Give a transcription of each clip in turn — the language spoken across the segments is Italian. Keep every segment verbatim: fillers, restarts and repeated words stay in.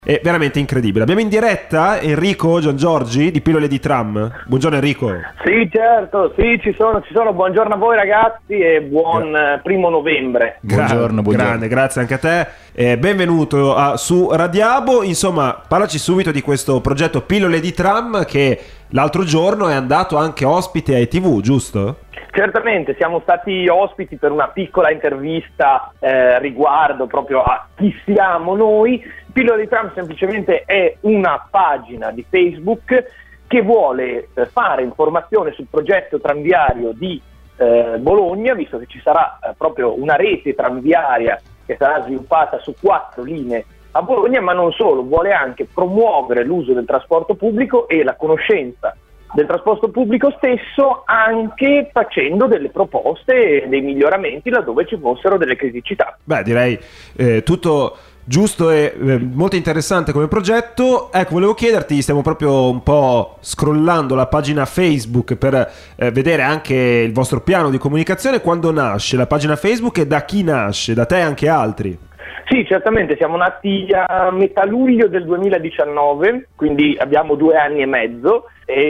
È veramente incredibile. Abbiamo in diretta Enrico Giangiorgi di Pillole di Tram. Buongiorno Enrico. Sì, certo, sì, ci sono, ci sono. Buongiorno a voi ragazzi e buon Gra- primo novembre. Buongiorno, buongiorno. Grande, grazie anche a te. Eh, benvenuto a, su Radiabo. Insomma, parlaci subito di questo progetto Pillole di Tram che l'altro giorno è andato anche ospite ai tivù, giusto? Certamente, siamo stati ospiti per una piccola intervista eh, riguardo proprio a chi siamo noi. Pillole di Tram semplicemente è una pagina di Facebook che vuole eh, fare informazione sul progetto tranviario di eh, Bologna, visto che ci sarà eh, proprio una rete tranviaria che sarà sviluppata su quattro linee a Bologna, ma non solo, vuole anche promuovere l'uso del trasporto pubblico e la conoscenza del trasporto pubblico stesso, anche facendo delle proposte e dei miglioramenti laddove ci fossero delle criticità. Beh, direi eh, tutto giusto e eh, molto interessante come progetto. Ecco, volevo chiederti, stiamo proprio un po' scrollando la pagina Facebook per eh, vedere anche il vostro piano di comunicazione. Quando nasce la pagina Facebook e da chi nasce? Da te e anche altri? Sì, certamente, siamo nati a metà luglio del duemiladiciannove, quindi abbiamo due anni e mezzo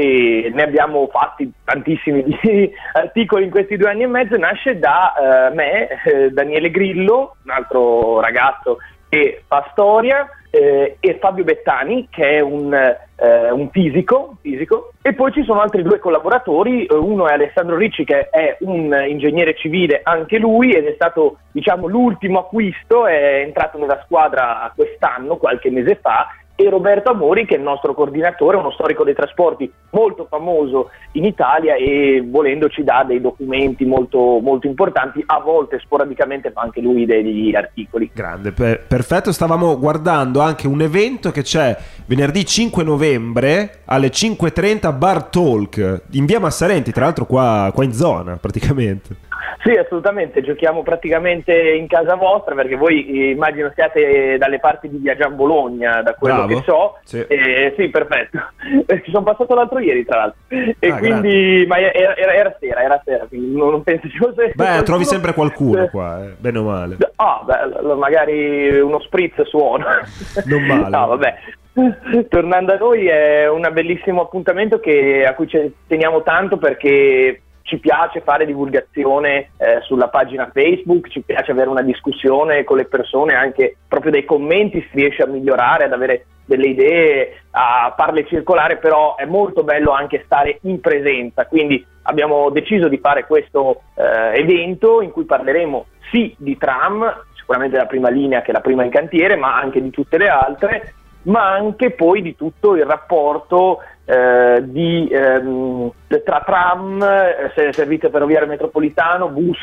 e ne abbiamo fatti tantissimi di articoli in questi due anni e mezzo. Nasce da eh, me, eh, Daniele Grillo, un altro ragazzo che fa storia, eh, e Fabio Bettani, che è un, eh, un fisico, fisico, e poi ci sono altri due collaboratori. Uno è Alessandro Ricci, che è un ingegnere civile anche lui, ed è stato, diciamo, l'ultimo acquisto, è entrato nella squadra quest'anno, qualche mese fa, e Roberto Amori, che è il nostro coordinatore, uno storico dei trasporti molto famoso in Italia e volendo ci dà dei documenti molto, molto importanti, a volte sporadicamente fa anche lui degli articoli. Grande, per- perfetto. Stavamo guardando anche un evento che c'è venerdì cinque novembre alle cinque e trenta, Bar Talk in via Massarenti, tra l'altro qua, qua in zona praticamente. Sì, assolutamente, giochiamo praticamente in casa vostra, perché voi eh, immagino siate dalle parti di via Gian Bologna, da quello Bravo. che so. Sì, eh, sì, perfetto. Ci sono passato l'altro ieri, tra l'altro. E ah, quindi, ma era, era, era sera, era sera, quindi non, non penso ci fosse. Beh, qualcuno. Trovi sempre qualcuno qua, eh, bene o male. Ah, beh, magari uno spritz suona. Non male. No, vabbè. Tornando a noi, è un bellissimo appuntamento che, a cui ci teniamo tanto, perché ci piace fare divulgazione eh, sulla pagina Facebook, ci piace avere una discussione con le persone, anche proprio dei commenti si riesce a migliorare, ad avere delle idee, a farle circolare, però è molto bello anche stare in presenza. Quindi abbiamo deciso di fare questo eh, evento in cui parleremo sì di tram, sicuramente della prima linea, che è la prima in cantiere, ma anche di tutte le altre, ma anche poi di tutto il rapporto eh, di, ehm, tra tram, eh, servizio ferroviario metropolitano, bus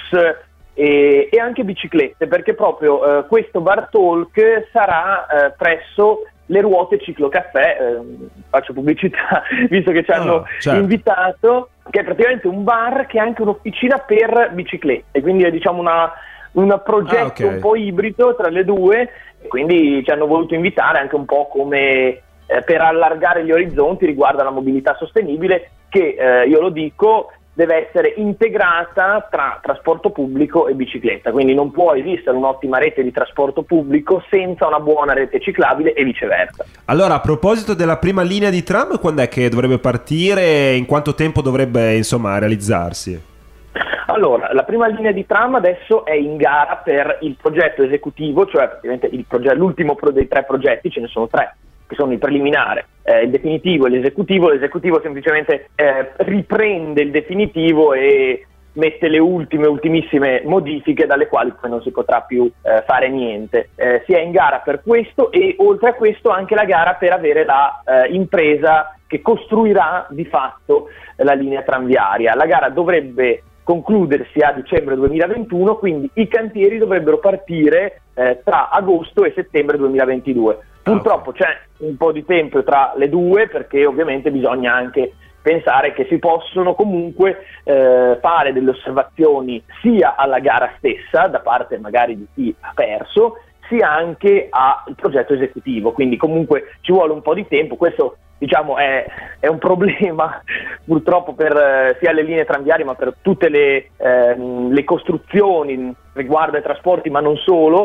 e, e anche biciclette, perché proprio eh, questo Bar Talk sarà eh, presso le Ruote Ciclocaffè, eh, faccio pubblicità visto che ci hanno oh, certo. invitato, che è praticamente un bar che è anche un'officina per biciclette, quindi è, diciamo, una un progetto ah, okay. un po' ibrido tra le due, e quindi ci hanno voluto invitare anche un po' come eh, per allargare gli orizzonti riguardo alla mobilità sostenibile, che eh, io lo dico, deve essere integrata tra trasporto pubblico e bicicletta, quindi non può esistere un'ottima rete di trasporto pubblico senza una buona rete ciclabile e viceversa. Allora, a proposito della prima linea di tram, quando è che dovrebbe partire e in quanto tempo dovrebbe, insomma, realizzarsi? Allora, la prima linea di tram adesso è in gara per il progetto esecutivo, cioè praticamente il progetto, l'ultimo pro- dei tre progetti, ce ne sono tre, che sono il preliminare, eh, il definitivo e l'esecutivo. L'esecutivo semplicemente eh, riprende il definitivo e mette le ultime, ultimissime modifiche dalle quali poi non si potrà più eh, fare niente. Eh, si è in gara per questo, e oltre a questo anche la gara per avere la eh, impresa che costruirà di fatto la linea tranviaria. La gara dovrebbe concludersi a dicembre duemilaventuno, quindi i cantieri dovrebbero partire eh, tra agosto e settembre duemilaventidue. Purtroppo okay. c'è un po' di tempo tra le due, perché ovviamente bisogna anche pensare che si possono comunque eh, fare delle osservazioni sia alla gara stessa, da parte magari di chi ha perso, sia anche al progetto esecutivo, quindi comunque ci vuole un po' di tempo. Questo, diciamo, è, è un problema purtroppo per eh, sia le linee tranviarie, ma per tutte le, eh, le costruzioni riguardo ai trasporti, ma non solo,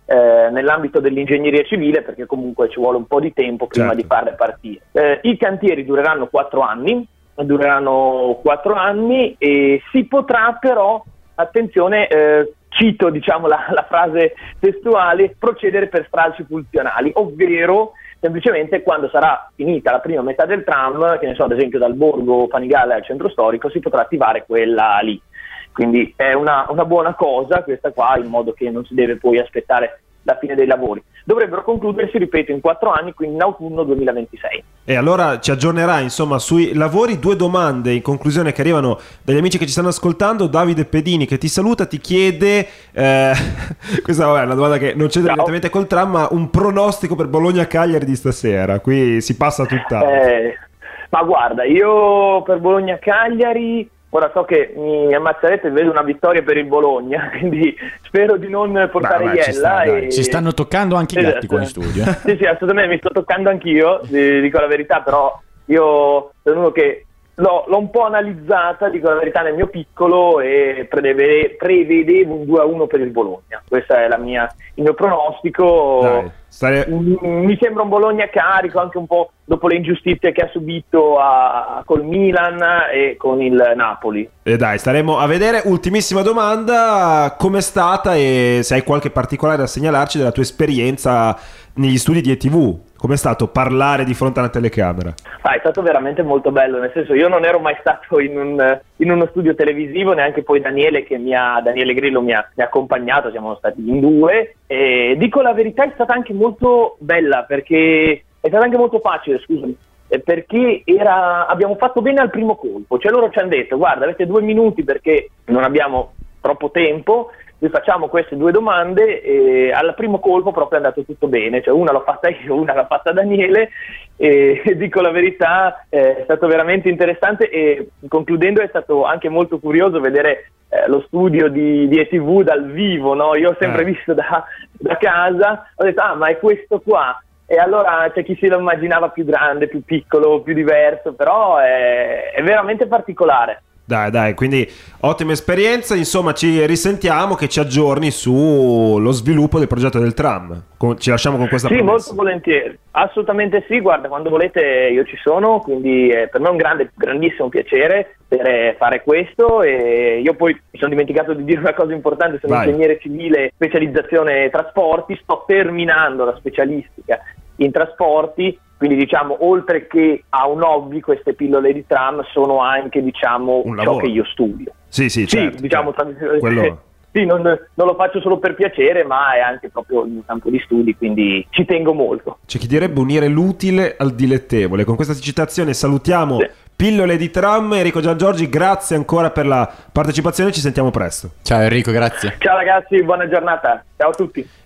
eh, nell'ambito dell'ingegneria civile, perché comunque ci vuole un po' di tempo prima certo. di farle partire. Eh, I cantieri dureranno quattro anni, dureranno quattro anni e si potrà però, attenzione, eh, cito diciamo la, la frase testuale, procedere per stralci funzionali, ovvero semplicemente quando sarà finita la prima metà del tram, che ne so, ad esempio dal Borgo Panigale al centro storico, si potrà attivare quella lì. Quindi è una, una buona cosa questa qua, in modo che non si deve poi aspettare la fine dei lavori. Dovrebbero concludersi, ripeto, in quattro anni, quindi in autunno duemilaventisei. E allora ci aggiornerà insomma sui lavori. Due domande in conclusione che arrivano dagli amici che ci stanno ascoltando. Davide Pedini che ti saluta, ti chiede eh, questa vabbè, è una domanda che non c'è direttamente col tram, ma un pronostico per Bologna-Cagliari di stasera. Qui si passa tutta eh, ma guarda, io per Bologna-Cagliari ora so che mi ammazzerete, vedo una vittoria per il Bologna, quindi spero di non portare Beh, beh, iella. ci sta, e... Si stanno toccando anche i esatto. gatti qua in studio. Sì, sì, assolutamente, mi sto toccando anch'io, dico la verità, però io sono uno che l'ho, l'ho un po' analizzata, dico la verità, nel mio piccolo e prevede, prevedevo un due a uno per il Bologna. Questo è la mia, il mio pronostico. Dai, stare... Mi sembra un Bologna carico, anche un po' dopo le ingiustizie che ha subito a, col Milan e con il Napoli. E dai, staremo a vedere. Ultimissima domanda, com'è stata e se hai qualche particolare da segnalarci della tua esperienza negli studi di E T V? Com'è stato parlare di fronte a una telecamera? Ah, è stato veramente molto bello, nel senso io non ero mai stato in, un, in uno studio televisivo, neanche poi Daniele che mi ha, Daniele Grillo mi ha, mi ha accompagnato, siamo stati in due e dico la verità, è stata anche molto bella perché è stata anche molto facile, scusami, perché era, abbiamo fatto bene al primo colpo, cioè loro ci hanno detto guarda avete due minuti perché non abbiamo troppo tempo, vi facciamo queste due domande e al primo colpo proprio è andato tutto bene, cioè una l'ho fatta io, una l'ha fatta Daniele e, e dico la verità è stato veramente interessante e concludendo è stato anche molto curioso vedere eh, lo studio di, di E T V dal vivo, no? Io ho sempre eh. visto da, da casa, ho detto ah ma è questo qua. E allora c'è chi se lo immaginava più grande, più piccolo, più diverso, però è, è veramente particolare. Dai, dai, quindi ottima esperienza, insomma ci risentiamo che ci aggiorni sullo sviluppo del progetto del tram. Ci lasciamo con questa Sì, promessa. molto volentieri, assolutamente sì, guarda, quando volete io ci sono, quindi è per me un grande, grandissimo piacere per fare questo e io poi mi sono dimenticato di dire una cosa importante, sono Vai. ingegnere civile, specializzazione trasporti, sto terminando la specialistica in trasporti, quindi diciamo oltre che a un hobby queste pillole di tram sono anche diciamo Un ciò lavoro. che io studio. Sì, sì, certo. sì, diciamo certo. tra- Quello... sì, non, non lo faccio solo per piacere, ma è anche proprio il mio campo di studi, quindi ci tengo molto. C'è chi direbbe unire l'utile al dilettevole. Con questa citazione salutiamo Sì. Pillole di Tram. Enrico Giangiorgi, grazie ancora per la partecipazione, ci sentiamo presto. Ciao Enrico, grazie. Ciao ragazzi, buona giornata, ciao a tutti.